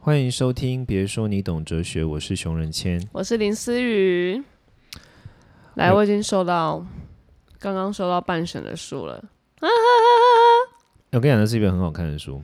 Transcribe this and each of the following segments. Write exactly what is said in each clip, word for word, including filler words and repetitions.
欢迎收听别说你懂哲学，我是熊仁谦， 我是林思雨。来，我已经收到，刚刚收到半神的书了。啊、 我跟你讲，这是一本很好看的书，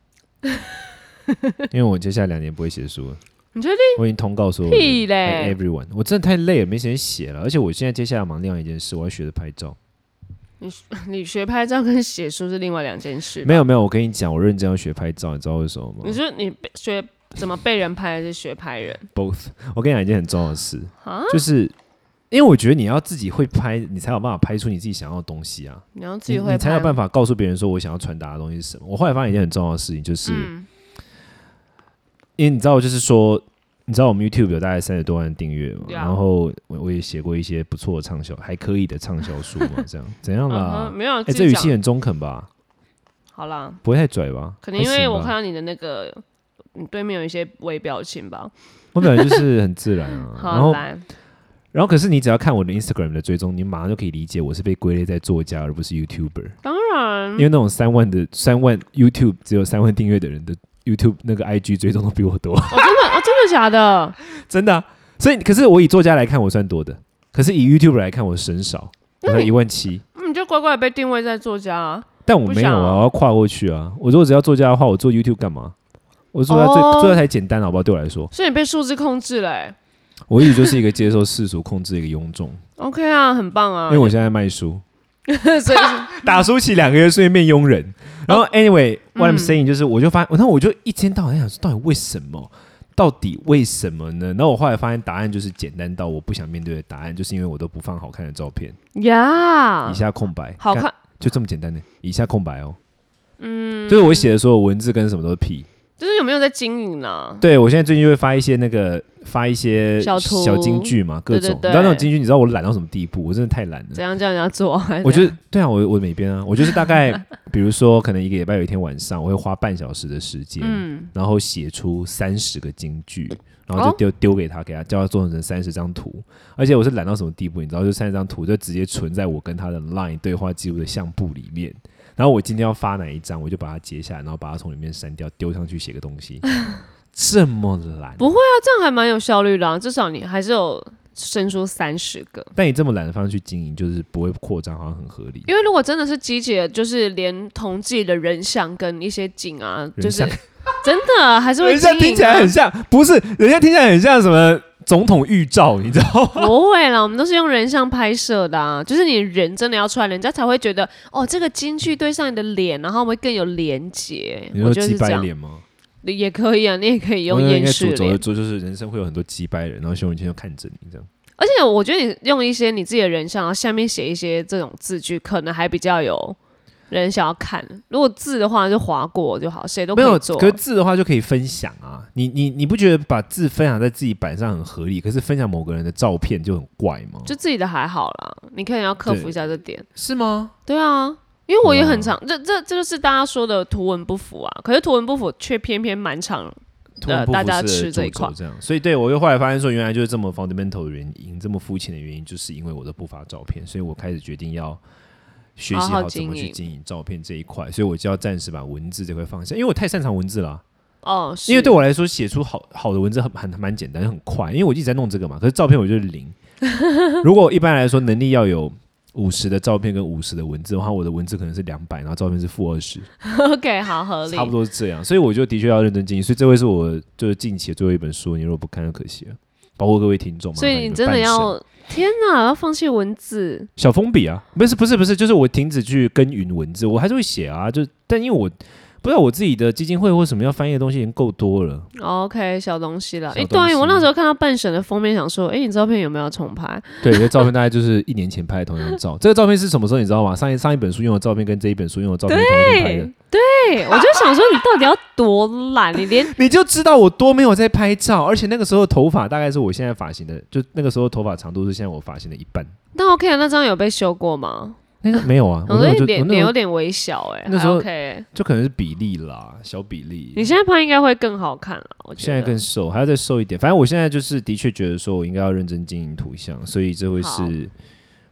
因为我接下来两年不会写书了。 你确定？ 我已经通告所有人， 屁嘞 like everyone， 我真的太累了，没时间写了。而且我现在接下来忙另外一件事，我要学着拍照。 你你学拍照跟写书是另外两件事。 没有没有，我跟你讲，我认真要学拍照，你知道为什么吗？ 你说你学怎么被人拍，还是学拍人 ？Both。我跟你讲一件很重要的事，就是因为我觉得你要自己会拍，你才有办法拍出你自己想要的东西啊。 你要自己会拍， 你，你才有办法告诉别人说我想要传达的东西是什么。我后来发现一件很重要的事情，就是，嗯、因为你知道，就是说。你知道我们 YouTube 有大概三十多万订阅嘛？ Yeah. 然后我也写过一些不错的畅销，还可以的畅销书嘛？这样怎样啦？ uh-huh, 没有，哎、 欸，这语气很中肯吧？ 好啦， 不会太拽吧？ 可能因为我看到你的那个，你对面有一些微表情吧？ 我本来就是很自然啊。 好， 然后， 来， 然后可是你只要看我的 Instagram 的追踪，你马上就可以理解我是被归类在作家，而不是 YouTuber。 当然， 因为那种三万的三万 YouTube 只有三万订阅的人的 YouTube 那个 I G 追踪都比我多。 哦，真的，哦，真的假的？ 真的、啊，所以可是我以作家来看我算多的，可是以 YouTuber 来看我神少，我才一万七。 你就乖乖被定位在作家啊？ 但我没有啊，我要跨过去啊！我如果只要作家的话，我做 YouTube 干嘛？我做家最、oh, 做家才简单，好不好？对我来说， 所以你被数字控制了、欸。 我一直就是一个接受世俗控制的一个庸众。 OK 啊，很棒啊！ 因为我现在卖书， 所以打书期两个月，顺便变佣人。然后 anyway，what、嗯、I'm saying 就是，我就发，然后我就一天到晚在想说，到底为什么？到底为什么呢？然后我后来发现答案就是简单到我不想面对的答案，就是因为我都不放好看的照片呀， yeah, 以下空白， 好看， 就这么简单的，以下空白哦。嗯，就是我写的所有文字跟什么都是屁。 就是有没有在经营呢、啊？ 对，我现在最近就会发一些那个发一些小小金句嘛，各种。 对对对， 你知道那种金句，你知道我懒到什么地步？我真的太懒了。 怎样叫人家做？ 我觉得对啊，我我每边啊，我就是大概，比如说可能一个礼拜有一天晚上，我会花半小时的时间，嗯、然后写出三十个金句，然后就丢丢、哦、给他，给他叫他做成三十张图。而且我是懒到什么地步？你知道，就三十张图就直接存在我跟他的 Line 对话记录的相簿里面。然后我今天要发哪一张，我就把它截下来，然后把它从里面删掉，丢上去写个东西。这么懒？ 不会啊，这样还蛮有效率的、啊，至少你还是有生出三十个。 但你这么懒的方式去经营，就是不会扩张，好像很合理。 因为如果真的是集结，就是连统计的人像跟一些景啊，就是真的还是会经营、啊。 人家听起来很像，不是？人家听起来很像什么？总统预兆，你知道吗？ 不会啦，我们都是用人像拍摄的啊，就是你人真的要出来，人家才会觉得哦，这个金句对上你的脸，然后会更有连结。 你说鸡掰脸吗？ 也可以啊，你也可以用厌世脸。 主轴就是人生会有很多鸡掰人，然后熊仁谦就看着你这样。 而且我觉得你用一些你自己的人像，然后下面写一些这种字句，可能还比较有人想要看。如果字的话就划过就好，谁都可以做。 可是字的话就可以分享啊，你你你不觉得把字分享在自己板上很合理？可是分享某个人的照片就很怪吗？ 就自己的还好啦，你可能要克服一下这点。 是吗？ 对啊，因为我也很常，这这这就是大家说的图文不符啊。可是图文不符却偏偏蛮常呃大家吃这一块， 这样。所以对我又后来发现说，原来就是这么 fundamental 的原因，这么肤浅的原因，就是因为我都不发照片，所以我开始决定要。学习好怎么去经营照片这一块，所以我就要暂时把文字这块放下，因为我太擅长文字了、啊。 哦， 因为对我来说，写出好好的文字很很蛮简单，很快，因为我一直在弄这个嘛。可是照片我就是零。如果一般来说能力要有五十的照片跟五十的文字的话，我的文字可能是两百，然后照片是负二十。 OK， 好合理， 差不多是这样。所以我就的确要认真经营，所以这会是我就是近期的最后一本书。你如果不看就可惜了，包括各位听众。 所以你真的要。天哪！要放弃文字， 小封笔啊，不是不是不是，就是我停止去耕耘文字，我还是会写啊，就但因为我不知道我自己的基金会或什么要翻译的东西已经够多了。 OK， 小东西了。哎、欸，对，我那时候看到半神的封面，想说，哎、欸，你照片有没有重拍？ 对，这照片大概就是一年前拍的同一张照。这个照片是什么时候？你知道吗？上一上一本书用的照片跟这一本书用的照片是同一天拍的。 对，我就想说，你到底要多懒？你连你就知道我多没有在拍照，而且那个时候头发大概是我现在发型的，就那个时候头发长度是现在我发型的一半。 那 OK 啊，那张有被修过吗？ 那个没有啊， 我脸脸有点微小哎、欸， 那时候 OK， 就可能是比例啦，小比例。 你现在拍应该会更好看了，我觉得。 现在更瘦，还要再瘦一点。反正我现在就是的确觉得说我应该要认真经营图像，所以这会是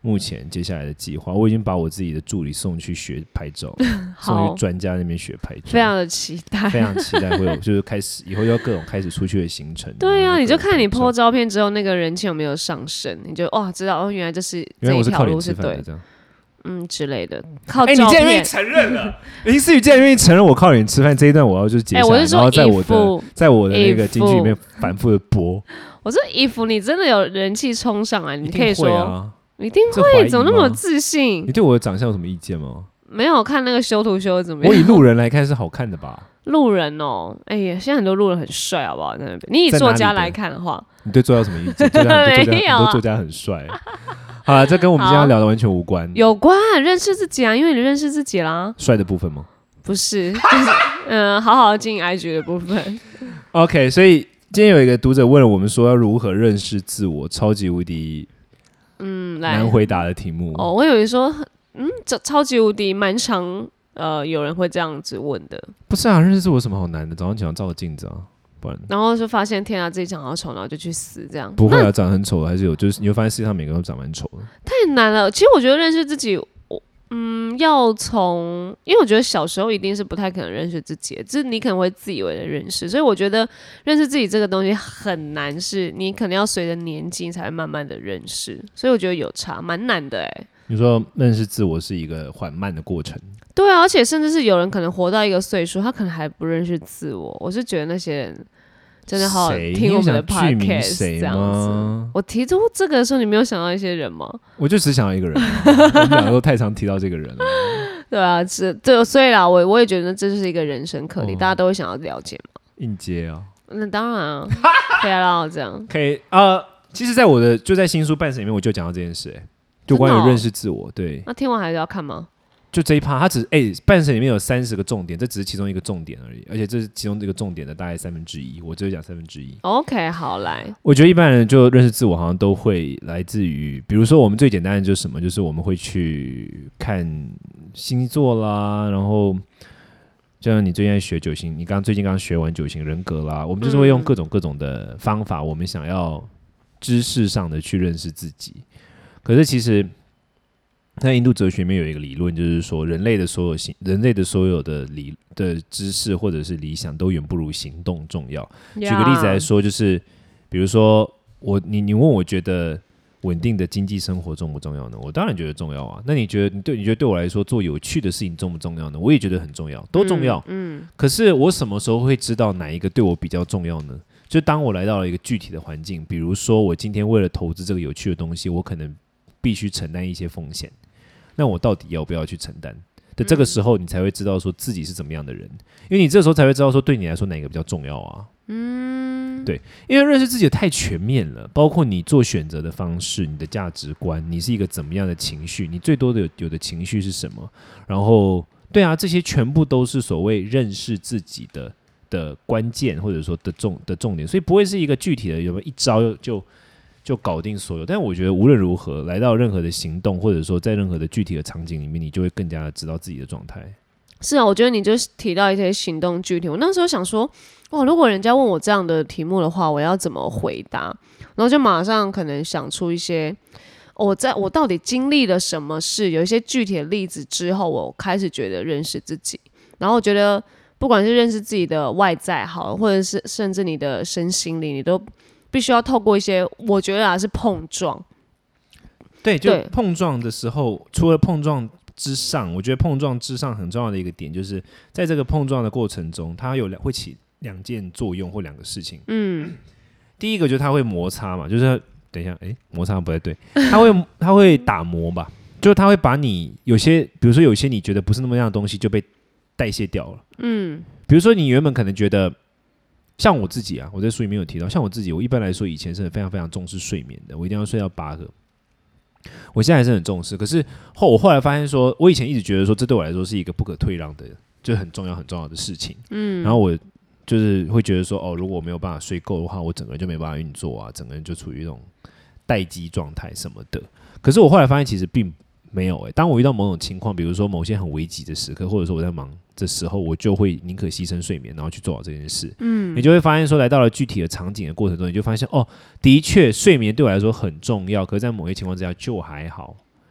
目前接下来的计划，我已经把我自己的助理送去学拍照，送去专家那边学拍照， 非常的期待， 非常期待会有，就是开始以后要各种开始出去的行程。 对啊，你就看你 po 照片之后，那个人气有没有上升，你就哇知道哦，原来这是这一条路是对的。嗯之类的，靠照片。哎、欸， 你竟然愿意承认了？林思雨竟然愿意承认我靠脸吃饭这一段，我要就是接下来，欸、然后在我的在我的那个金句里面反复的播。 我说if你真的有人气冲上来，你可以说啊， 一定会，怎么那么自信？ 你对我的长相有什么意见吗？ 没有，看那个修图修的怎么样？ 我以路人来看是好看的吧？ 路人哦，哎呀，现在很多路人很帅，好不好？在那边，你以作家来看的话， 你对作家有什么意见？作家很多作家很多作家很帅。好了，这跟我们今天要聊的完全无关。 有关，认识自己啊，因为你认识自己啦。 帅的部分吗？ 不是，就是嗯，好好经营 I G 的部分。 OK， 所以今天有一个读者问了我们说要如何认识自我，超级无敌嗯难回答的题目。 哦，我以为说嗯，这超级无敌蛮常呃有人会这样子问的。 不是啊，认识自我有什么好难的？早上起来照个镜子啊。 然后就发现天啊，自己长好丑，然后就去死这样。 不会啊，长得很丑还是有，就是你会发现世界上每个人都长蛮丑的。 太难了，其实我觉得认识自己，我嗯，要从，因为我觉得小时候一定是不太可能认识自己的，就是你可能会自以为的认识，所以我觉得认识自己这个东西很难，是你可能要随着年纪才会慢慢的认识，所以我觉得有差，蛮难的哎、欸。 你说认识自我是一个缓慢的过程。 对啊，而且甚至是有人可能活到一个岁数，他可能还不认识自我。我是觉得那些人真的好好听我们的 podcast 这样子。我提出这个的时候，你没有想到一些人吗？ 我就只想到一个人，我们两个都太常提到这个人了。 对啊，这这所以啦，我我也觉得这就是一个人生课题，哦、大家都会想要了解嘛。 应接啊， 那当然啊，可以让这样。 可以呃，其实，在我的就在新书《半神》里面，我就讲到这件事、欸，就关于认识自我。对， 那听完还是要看吗？ 就这一趴，它只哎、欸，半神里面有三十个重点，这只是其中一个重点而已，而且这是其中这个重点的大概三分之一，我只会讲三分之一。 OK， 好来， 我觉得一般人就认识自我，好像都会来自于，比如说我们最简单的就是什么，就是我们会去看星座啦，然后就像你最近在学九型，你刚最近刚学完九型人格啦，我们就是会用各种各种的方法，我们想要知识上的去认识自己，可是其实。在印度哲学里面有一个理论，就是说人类的所有行，人类的所有的理的知识或者是理想，都远不如行动重要。Yeah. 举个例子来说，就是比如说我你你问我觉得稳定的经济生活重不重要呢？我当然觉得重要啊。那你觉得你对你觉得对我来说做有趣的事情重不重要呢？我也觉得很重要，都重要。嗯。嗯可是我什么时候会知道哪一个对我比较重要呢？就当我来到了一个具体的环境，比如说我今天为了投资这个有趣的东西，我可能必须承担一些风险。那我到底要不要去承担的这个时候，你才会知道说自己是怎么样的人，因为你这时候才会知道说对你来说哪个比较重要啊。嗯，对，因为认识自己太全面了，包括你做选择的方式、你的价值观、你是一个怎么样的情绪，你最多的 有, 有的情绪是什么，然后对啊，这些全部都是所谓认识自己的的关键或者说的重的重点，所以不会是一个具体的有没有一招就。就搞定所有，但我觉得无论如何来到任何的行动，或者说在任何的具体的场景里面，你就会更加的知道自己的状态。 是啊，我觉得你就提到一些行动具体，我那时候想说，哇，如果人家问我这样的题目的话，我要怎么回答？然后就马上可能想出一些，我在我到底经历了什么事，有一些具体的例子之后，我开始觉得认识自己，然后我觉得不管是认识自己的外在好，或者是甚至你的身心灵，你都。必须要透过一些，我觉得啊是碰撞。 对，就碰撞的时候，除了碰撞之上，我觉得碰撞之上很重要的一个点，就是在这个碰撞的过程中，它有会起两件作用或两个事情。嗯，第一个就是它会摩擦嘛，就是等一下，哎，摩擦不太对，它会它会打磨吧，就是它会把你有些，比如说有些你觉得不是那么样的东西就被代谢掉了。嗯，比如说你原本可能觉得。像我自己啊，我在书里面有提到，像我自己，我一般来说以前是非常非常重视睡眠的，我一定要睡到八个。我现在还是很重视，可是后我后来发现说，我以前一直觉得说，这对我来说是一个不可退让的，就很重要很重要的事情。嗯，然后我就是会觉得说，哦，如果我没有办法睡够的话，我整个人就没办法运作啊，整个人就处于一种待机状态什么的。可是我后来发现，其实并没有诶、欸。当我遇到某种情况，比如说某些很危急的时刻，或者说我在忙。这时候我就会宁可牺牲睡眠，然后去做好这件事。嗯，你就会发现说，来到了具体的场景的过程中，你就发现哦，的确睡眠对我来说很重要，可是在某些情况之下就还好。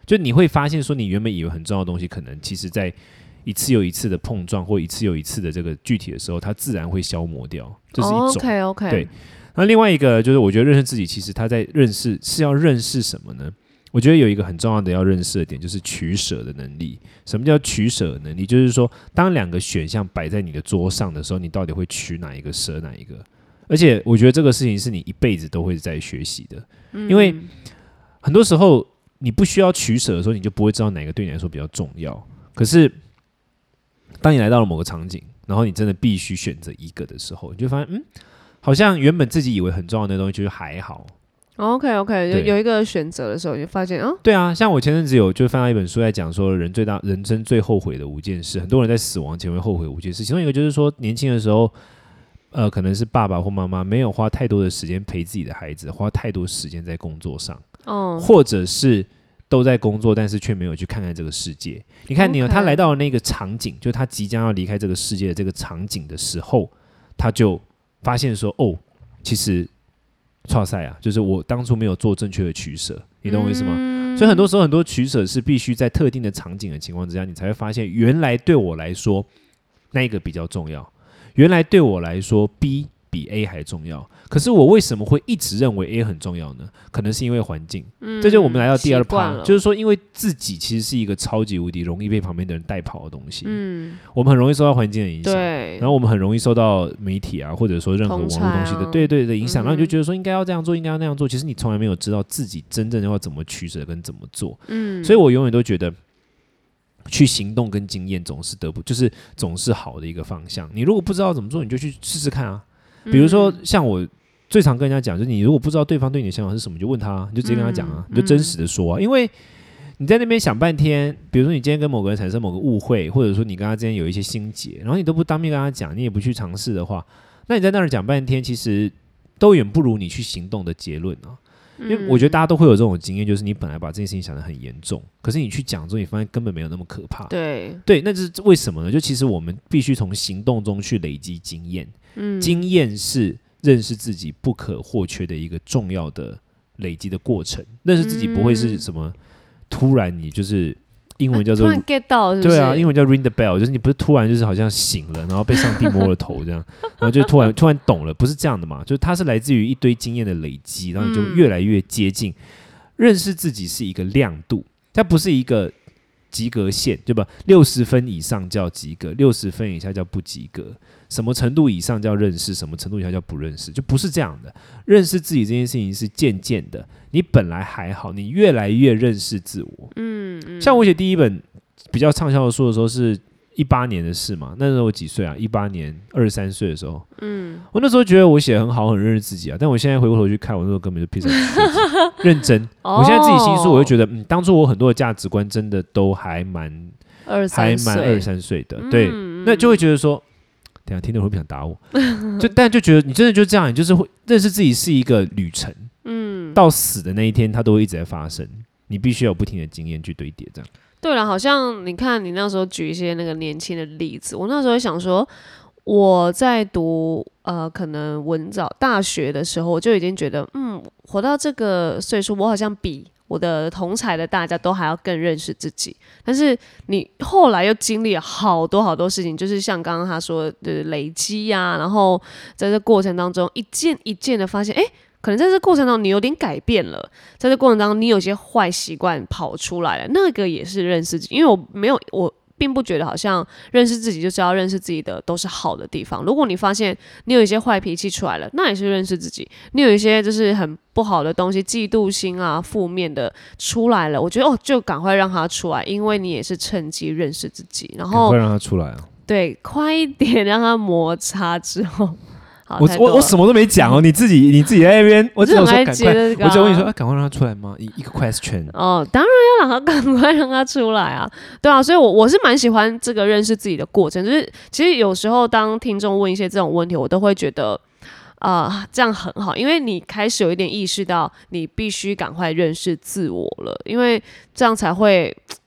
就你会发现说，你原本以为很重要的东西，可能其实在一次又一次的碰撞，或一次又一次的这个具体的时候，它自然会消磨掉，这是一种。 Oh, OK OK。 对。那另外一个就是，我觉得认识自己，其实他在认识是要认识什么呢？我觉得有一个很重要的要认识的点，就是取舍的能力。什么叫取舍的能力？就是说，当两个选项摆在你的桌上的时候，你到底会取哪一个，舍哪一个？而且，我觉得这个事情是你一辈子都会在学习的，嗯、因为很多时候你不需要取舍的时候，你就不会知道哪个对你来说比较重要。可是，当你来到了某个场景，然后你真的必须选择一个的时候，你就发现，嗯，好像原本自己以为很重要的东西，就是还好。 OK OK， 有有一个选择的时候，你就发现啊， 对啊，像我前阵子有就翻到一本书在讲说，人最大人生最后悔的五件事，很多人在死亡前会后悔五件事，其中一个就是说，年轻的时候，呃，可能是爸爸或妈妈没有花太多的时间陪自己的孩子，花太多时间在工作上，哦，或者是都在工作，但是却没有去看看这个世界。你看你， okay. 他来到了那个场景，就是他即将要离开这个世界的这个场景的时候，他就发现说，哦，其实。剉赛啊，就是我当初没有做正确的取舍，你懂我意思吗？嗯、所以很多时候很多取舍是必须在特定的场景的情况之下，你才会发现原来对我来说那一个比较重要，原来对我来说 B 比 A 还重要。可是我为什么会一直认为 A 很重要呢？可能是因为环境。嗯、这就是我们来到第二趴，就是说，因为自己其实是一个超级无敌容易被旁边的人带跑的东西。嗯，我们很容易受到环境的影响，对，然后我们很容易受到媒体啊，或者说任何网络东西的对对的影响，嗯、然后你就觉得说应该要这样做，应该要那样做。其实你从来没有知道自己真正要怎么取舍跟怎么做。嗯，所以我永远都觉得。去行动跟经验总是得不，就是总是好的一个方向。你如果不知道怎么做，你就去试试看啊。比如说，像我最常跟人家讲，就是你如果不知道对方对你的想法是什么，你就问他、啊，你就直接跟他讲啊，嗯、你就真实的说啊。因为你在那边想半天，比如说你今天跟某个人产生某个误会，或者说你跟他之间有一些心结，然后你都不当面跟他讲，你也不去尝试的话，那你在那儿讲半天，其实都远不如你去行动的结论啊。因为我觉得大家都会有这种经验，就是你本来把这件事情想得很严重，可是你去讲之后，你发现根本没有那么可怕。 对对，那是为什么呢？就其实我们必须从行动中去累积经验，嗯，经验是认识自己不可或缺的一个重要的累积的过程。认识自己不会是什么突然你就是英文叫做、 啊、突然 get 到是不是？ 对啊，英文叫 ring the bell， 就是你不是突然就是好像醒了，然后被上帝摸了头这样，然后就突然突然懂了，不是这样的嘛？就是它是来自于一堆经验的累积，然后你就越来越接近、嗯、认识自己是一个亮度，它不是一个及格线，对吧？六十分以上叫及格，六十分以下叫不及格。什么程度以上叫认识，什么程度以下叫不认识，就不是这样的。认识自己这件事情是渐渐的，你本来还好，你越来越认识自我。嗯，嗯像我写第一本比较畅销的书的时候是一八年的事嘛，那时候我几岁啊？一八年二十三岁的时候，嗯，我那时候觉得我写得很好，很认识自己啊。但我现在回过头去看，我那时候根本就披上认真。哦、我现在自己新书，我就觉得，嗯，当初我很多的价值观真的都还蛮还蛮二十三岁的，对，嗯、那就会觉得说。等一下听的会不想打我，就但就觉得你真的就这样，你就是会认识自己是一个旅程，嗯，到死的那一天，它都会一直在发生，你必须有不停的经验去堆叠，这样。 对了，好像你看你那时候举一些那个年轻的例子，我那时候想说，我在读呃可能文藻大学的时候，我就已经觉得，嗯，活到这个岁数，我好像比。我的同侪的大家都还要更认识自己，但是你后来又经历了好多好多事情，就是像刚刚他说的累积啊，然后在这过程当中一件一件的发现，哎，可能在这过程当中你有点改变了，在这过程当中你有些坏习惯跑出来了，那个也是认识自己，因为我没有我。并不觉得好像认识自己就是要认识自己的都是好的地方。如果你发现你有一些坏脾气出来了，那也是认识自己。你有一些就是很不好的东西，嫉妒心啊、负面的出来了，我觉得哦，就赶快让它出来，因为你也是趁机认识自己。然后赶快让它出来啊！ 对，快一点让它摩擦之后。 我我我什么都没讲哦，你自己你自己在那边，我只有说赶快， 这个啊、 我只有问你说，啊，赶快让他出来吗？一一个 question。 哦，当然要让他赶快让他出来啊，对啊，所以我我是蛮喜欢这个认识自己的过程。就是其实有时候当听众问一些这种问题，我都会觉得啊、呃，这样很好，因为你开始有一点意识到，你必须赶快认识自我了，因为这样才会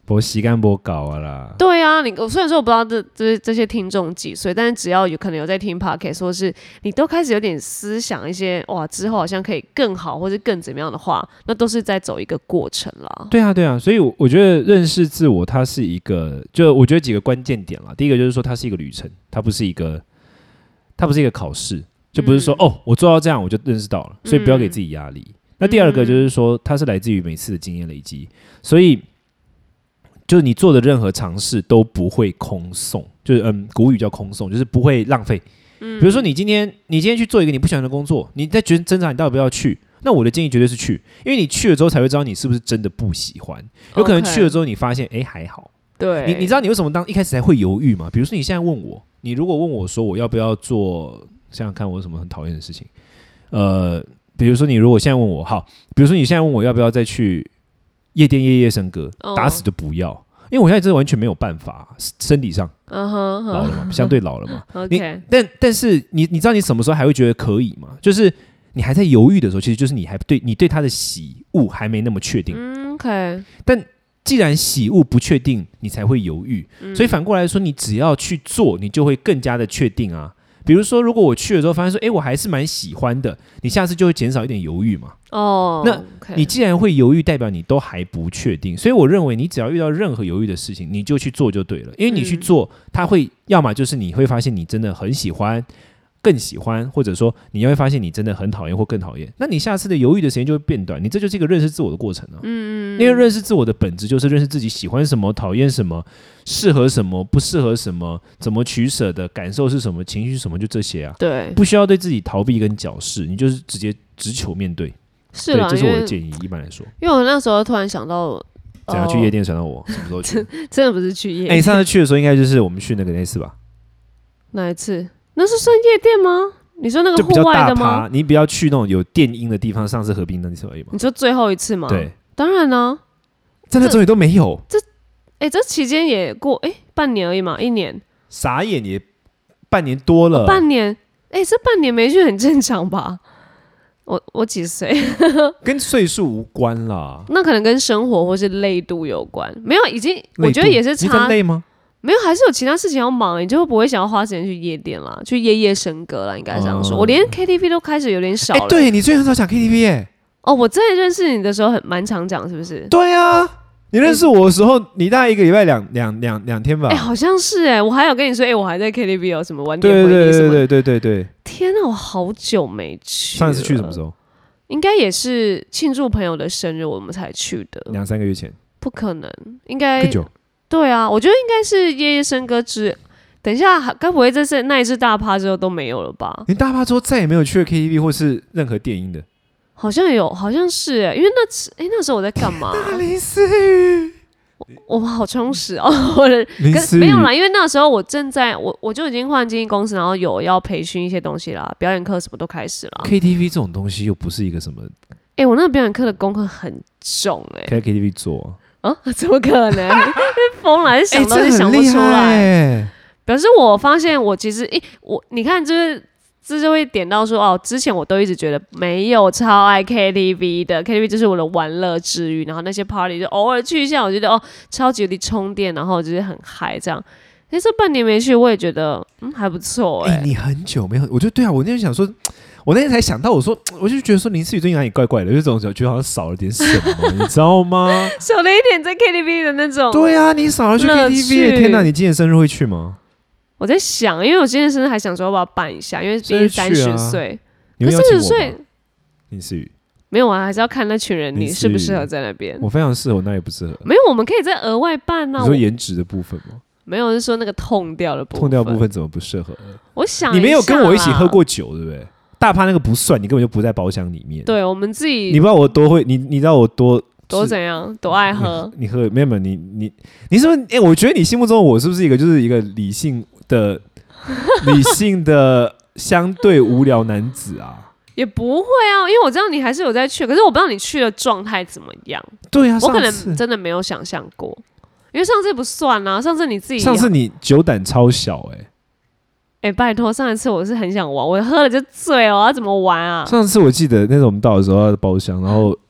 我时间不搞啊啦。 对啊，你虽然说我不知道这这这些听众几岁，但是只要有可能有在听 podcast， 或是你都开始有点思想一些哇之后好像可以更好或是更怎么样的话，那都是在走一个过程啦。 对啊，对啊，所以我觉得认识自我，它是一个，就我觉得几个关键点啦。第一个就是说，它是一个旅程，它不是一个，它不是一个考试，就不是说、嗯、哦，我做到这样我就认识到了，所以不要给自己压力。嗯、那第二个就是说，它是来自于每次的经验累积，所以。就是你做的任何尝试都不会空送，就是嗯，古语叫空送，就是不会浪费。嗯，比如说你今天你今天去做一个你不喜欢的工作，你在觉得挣扎你到底要不要去？那我的建议绝对是去，因为你去了之后才会知道你是不是真的不喜欢。有可能去了之后你发现，哎、okay ，还好。 对， 你你知道你为什么当一开始才会犹豫吗？比如说你现在问我，你如果问我说我要不要做，想想看我有什么很讨厌的事情，呃，比如说你如果现在问我，好，比如说你现在问我要不要再去。夜店夜夜笙歌，打死就不要，哦、因为我现在真的完全没有办法，身体上、uh huh, 老了嘛， uh huh. 相对老了嘛。 okay. 但但是你你知道你什么时候还会觉得可以吗？就是你还在犹豫的时候，其实就是你还对你对他的喜恶还没那么确定。 嗯 ，OK。 但既然喜恶不确定，你才会犹豫，嗯、所以反过来说，你只要去做，你就会更加的确定啊。比如说，如果我去了之后发现说，哎，我还是蛮喜欢的，你下次就会减少一点犹豫嘛。 哦， 那你既然会犹豫，代表你都还不确定，所以我认为你只要遇到任何犹豫的事情，你就去做就对了，因为你去做，它会要么就是你会发现你真的很喜欢。更喜欢，或者说你会发现你真的很讨厌或更讨厌，那你下次的犹豫的时间就会变短，你这就是一个认识自我的过程啊。嗯，因为认识自我的本质就是认识自己喜欢什么、讨厌什么、适合什么、不适合什么、怎么取舍的感受是什么、情绪是什么，就这些啊。 对， 不需要对自己逃避跟矫饰，你就是直接直球面对。 是啦， 这是我的建议。一般来说， 因为我那时候突然想到， 怎样去夜店想到我、哦、什么时候去？ 真的不是去夜店。 哎、欸，上次去的时候应该就是我们去那个那次吧？ 哪一次？那是算夜店吗？你说那个户外的吗？ 你不要去那种有电音的地方，上次河滨那次而已嘛。 你说最后一次吗？ 对， 当然呢、啊， 在那之后也都没有。 这，哎、欸，这期间也过哎、欸、半年而已嘛，一年。 傻眼也半年多了。 哦、半年，哎、欸，这半年没去很正常吧？我我几岁？ 跟岁数无关啦。 那可能跟生活或是累度有关。没有，已经我觉得也是差。 你在累吗？ 没有，还是有其他事情要忙，你就不会想要花时间去夜店啦，去夜夜笙歌啦，应该这样说。嗯、我连 K T V 都开始有点少了。 哎、欸，对你最近很少讲 K T V 哎。 哦，我之前认识你的时候很蛮常讲，是不是？ 对啊，你认识我的时候，欸、你大概一个礼拜两两两两天吧。 哎、欸，好像是哎，我还有跟你说，哎、欸，我还在 K T V 有什么晚点回忆什么。 对对对对对对对。 天哪，我好久没去。 上一次去什么时候？ 应该也是庆祝朋友的生日，我们才去的。 两三个月前。 不可能，应该更久。 对啊，我觉得应该是夜夜笙歌之，等一下，该不会这次那一次大趴之后都没有了吧？ 你大趴之后再也没有去过 K T V 或是任何电音的？ 好像有，好像是哎，因为那次哎那时候我在干嘛？ 林思雨， 我好充实哦，我的没有啦，因为那时候我正在我我就已经换经纪公司，然后有要培训一些东西啦，表演课什么都开始了。 K T V 这种东西又不是一个什么， 哎，我那个表演课的功课很重哎， 可以在 K T V 做。 啊？怎么可能？疯了，还是想到就想不出来。欸、表示我发现我其实，诶、欸，我你看，就是这就会点到说，哦，之前我都一直觉得没有超爱 K T V 的 ，K T V 就是我的玩乐之余，然后那些 party 就偶尔去一下，我觉得哦，超级有点充电，然后就是很嗨这样。哎、欸，这半年没去，我也觉得嗯还不错哎、欸欸。你很久没有，我就对啊，我那天想说。我那天才想到，我说，我就觉得说林思雨最近哪里怪怪的，就这种觉得好像少了点什么，你知道吗？ 少了一点在 K T V 的那种。 对啊，你少了去 K T V， 天哪！你今年生日会去吗？ 我在想，因为我今年生日还想说要不要办一下，因为毕竟三十岁。 你会邀请我吗？ 三十岁， 林思雨没有啊，还是要看那群人你适不适合在那边。 我非常适合，我那也不适合。 没有，我们可以再额外办啊。 你说颜值的部分吗？ 没有，是说那个痛掉的部分。 痛掉的部分怎么不适合？ 我想你没有跟我一起喝过酒，对不对？大趴那个不算，你根本就不在包厢里面。 对，我们自己。 你不知道我多会，你你知道我多多怎样，多爱喝。 你, 你喝没有没有？你你你是不是？哎、欸，我觉得你心目中的我是不是一个就是一个理性的理性的相对无聊男子啊？ 也不会啊，因为我知道你还是有在去，可是我不知道你去的状态怎么样。 对啊， 我可能真的没有想象过，因为上次不算啊，上次你自己上次你酒胆超小哎、欸。 哎、欸，拜托，上一次我是很想玩，我喝了就醉了，我要怎么玩啊？ 上次我记得那时候我们到的时候包厢，然后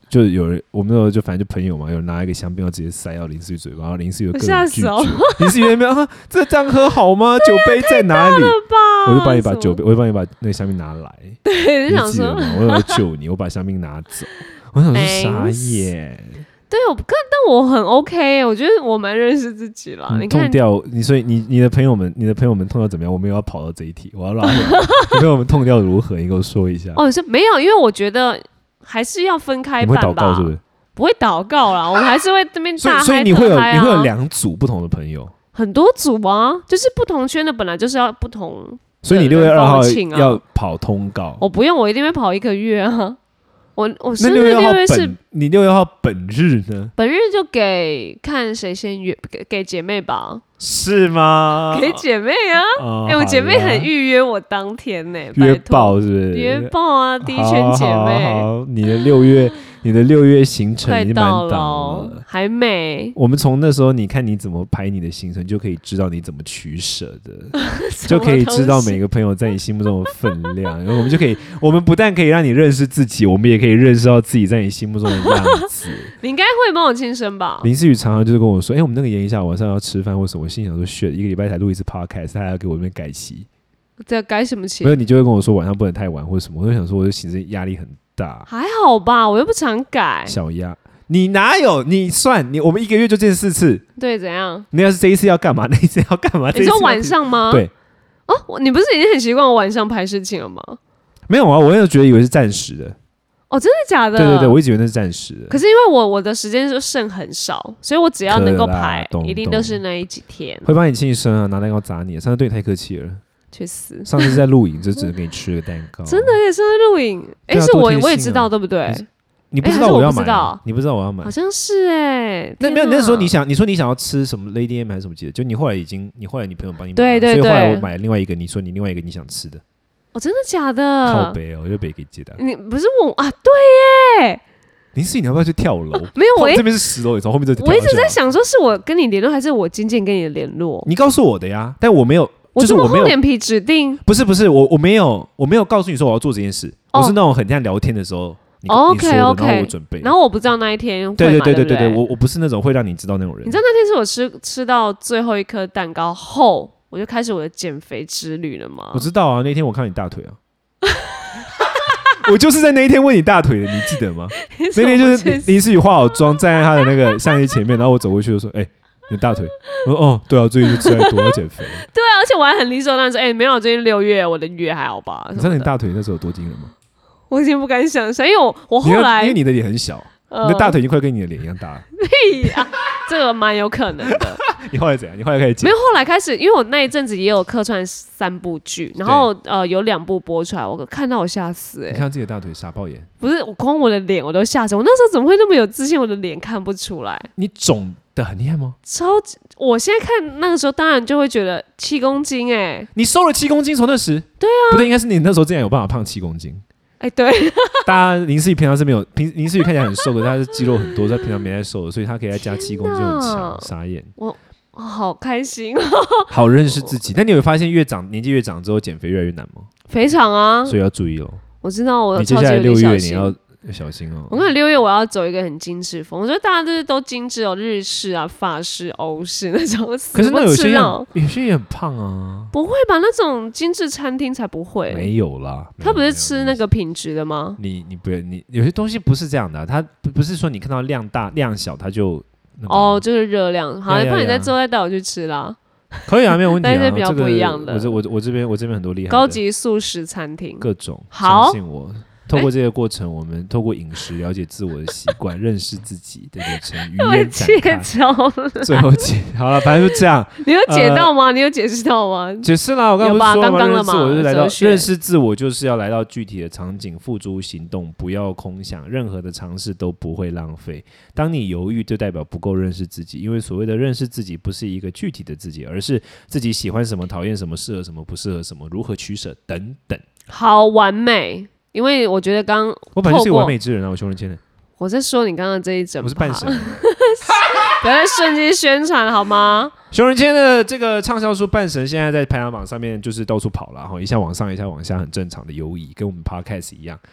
就有人，我们那时候就反正就朋友嘛，有人拿一个香槟要直接塞到林思雨嘴巴，然后林思雨就各种拒绝。林思雨那边啊，这这样喝好吗？酒杯在哪里？我就帮你把酒杯，我就帮你把那个香槟拿来。 对，就想说， 我有救你，我把香槟拿走。我想说傻眼。 对，我看，但我很 OK， 我觉得我蛮认识自己啦。嗯、你看痛掉你，所以你你的朋友们，你的朋友们痛掉怎么样？我没有要跑到这一题，我要拉回来。你朋友们痛掉如何？你给我说一下。 哦，是没有，因为我觉得还是要分开办吧。 你会祷告是不是？ 不会祷告啦，我们还是会这边大嗨、啊、 所以你会有你会有两组不同的朋友， 很多组啊，就是不同圈的本来就是要不同。 所以你六月二号要跑通告？ 我不用，我一定会跑一个月啊。我我生日六月是你六月号本日呢？ 本日就给看谁先约，给给姐妹吧。 是吗？ 给姐妹啊！哎、哦欸，我姐妹很预约我当天呢、欸， 约爆是不是？ 约爆啊！第一圈姐妹， 好好好你的六月，你的六月行程已经蛮到了， 还没。 我们从那时候你看你怎么排你的行程，就可以知道你怎么取舍的，就可以知道每个朋友在你心目中的分量。然后我们就可以，我们不但可以让你认识自己，我们也可以认识到自己在你心目中的样子。 你应该会帮我庆生吧？ 林思雨常常就是跟我说：“哎、欸，我们那个延一下晚上要吃饭或什么。”我心想说：“选一个礼拜才录一次 podcast， 他还要给我那边改期。” 这改什么期？ 没有，你就会跟我说晚上不能太晚或什么。我就想说，我的行程压力很大。 还好吧，我又不常改。 小鸭，你哪有？你算你，我们一个月就见四次。 对，怎样？ 你要是这一次要干嘛？那一次要干嘛？ 你说晚上吗？ 对。 哦，你不是已经很习惯我晚上排事情了吗？ 没有啊，我有觉得以为是暂时的。 哦，真的假的？ 对对对，我一直以为那是暂时的。 可是因为我我的时间就剩很少，所以我只要能够排，一定都是那一几天。 会帮你庆生啊，拿蛋糕砸你。上次对你太客气了， 去死！ 上次在录影就只能给你吃个蛋糕。 真的也是在录影？哎、欸，是我、啊、我也知道，对不对？ 你不知道我要买、啊欸， 你不知道我要买， 好像是哎、欸。 那没有那时候你想，你说你想要吃什么 Lady M 还是什么记得？就你后来已经，你后来你朋友帮你买， 对对对， 所以后来我买了另外一个，你说你另外一个你想吃的。 哦，真的假的？ 靠北哦，我就北给接的。 你不是我啊？对耶。 林思雨，你要不要去跳楼？ 没有，我这边是十楼，你从后面就跳。 我一直在想说，是我跟你联络，还是我经纪人跟你的联络？ 你告诉我的呀，但我没有， 我就是我没有厚脸皮指定。 不是不是，我我没有，我没有告诉你说我要做这件事。哦、我是那种很像聊天的时候，你、 哦、 你说的 OK OK， 然后我准备， 然后我不知道那一天会对对对对对对对，我我不是那种会让你知道那种人。 你知道那天是我吃吃到最后一颗蛋糕后，我就开始我的减肥之旅了吗？ 我知道啊，那天我看到你大腿啊。我就是在那一天问你大腿的，你记得吗？那天就是林思雨化好妆，站在他的那个相机前面，然后我走过去就说：“哎、欸，你大腿。”我说：“哦，对啊，最近就吃太多，要减肥。” 对啊，而且我还很理所当然说：“哎、欸，没有，最近六月，我的月还好吧？” 你知道你大腿那时候有多惊人吗？ 我已经不敢想象，因为我我后来因为你的脸很小，呃、你的大腿已经快跟你的脸一样大了。 屁呀、啊，这个蛮有可能的。 你后来怎样？你后来开始减？ 没有，后来开始，因为我那一阵子也有客串三部剧，然后呃有两部播出来，我看到我吓死哎、欸！ 你看自己的大腿傻爆眼， 不是我光我的脸我都吓死，我那时候怎么会那么有自信？我的脸看不出来。 你肿的很厉害吗？ 超级！我现在看那个时候，当然就会觉得七公斤哎、欸！ 你瘦了七公斤从那时？ 对啊， 不对，应该是你那时候竟然有办法胖七公斤。 哎、欸，对， 大家林思雨平常是没有，平林思雨看起来很瘦的，他是肌肉很多，他平常没在瘦的，所以他可以再加七公斤就很强，傻眼。 我。哦、好开心好认识自己。但你有发现越长年纪越长之后减肥越来越难吗？ 非常啊， 所以要注意哦。 我知道我你接下来六月你要小心哦。 我看六月我要走一个很精致风，我觉得大家就是都精致哦，日式啊、法式、欧式那种。 可是那有些人有些人也很胖啊。 不会吧？那种精致餐厅才不会。 没有啦， 他不是吃那个品质的吗？ 你你不要你有些东西不是这样的、啊，它不是说你看到量大量小它就。 哦，就是热量。好，不然你再之后再带我去吃啦。 可以啊，没有问题、啊。 但是比较不一样的。 这个、我这我我这边我这边很多厉害的高级素食餐厅， 各种。 好， 相信我。透过这个过程，我们透过饮食了解自我的习惯，认识自己的过程，语言展开。最后解好了，反正就这样。 你有解到吗？呃、你有解释到吗？ 解释啦，我刚刚不是说了吗？ 刚刚了嘛， 认识我就是来到认识自我，就是要来到具体的场景，付诸行动，不要空想，任何的尝试都不会浪费。当你犹豫，就代表不够认识自己，因为所谓的认识自己，不是一个具体的自己，而是自己喜欢什么、讨厌什么、适合什么、不适合什么、如何取舍等等。 好完美。因为我觉得刚我本来就是一个完美之人啊，我熊仁谦的。 我在说你刚刚这一整， 我是半神， 不要再瞬间宣传好吗？ 熊仁谦的这个畅销书《半神》现在在排行榜上面就是到处跑了，哈，一下往上，一下往下，很正常的优异，跟我们 podcast 一样。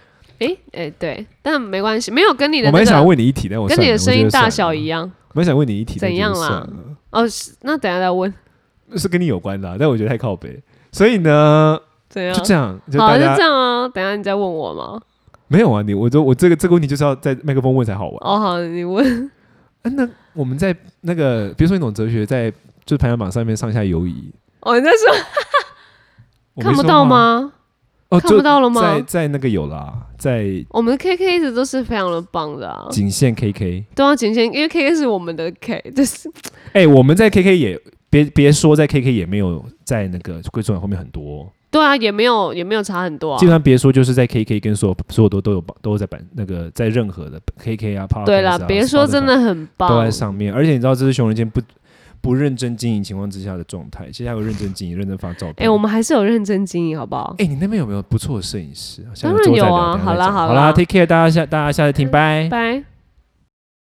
哎哎、欸，对，但没关系，没有跟你的、那個， 我蛮想问你一题，但我跟你的声音大小一样。 我蛮想问你一题， 怎样啦？哦，那等一下再问。 是跟你有关的、啊，但我觉得太靠北，所以呢， 怎样？ 就这样，就好，就这样啊。等一下你再问我吗？ 没有啊，你我我这个这个问题就是要在麦克风问才好玩。 哦，好，你问。 啊、那我们在那个，比如说那种哲学在就是排行榜上面上下游移。 哦，你在说看不到吗？ 哦， 看不到了吗？ 在在那个有啦，在我们的 K K 一直都是非常的棒的啊， 仅限 K K 对啊，仅限，因为 K K 是我们的 K， 就是哎、欸，我们在 K K 也别别说在 K K 也没有在那个贵重后面很多、哦， 对啊，也没有也没有差很多啊， 基本上别说就是在 K K 跟所有所有都都有都有在版那个在任何的 K K 啊 Podcast 啊， 对啦，别说真的很棒， 都在上面，而且你知道这是熊仁谦不。不认真经营情况之下的状态，现在有认真经营、认真发照片。 哎、欸，我们还是有认真经营，好不好？ 哎、欸，你那边有没有不错的摄影师？ 当然有啊。好啦好啦好啦 ，take care， 大家下大家下次听，拜拜。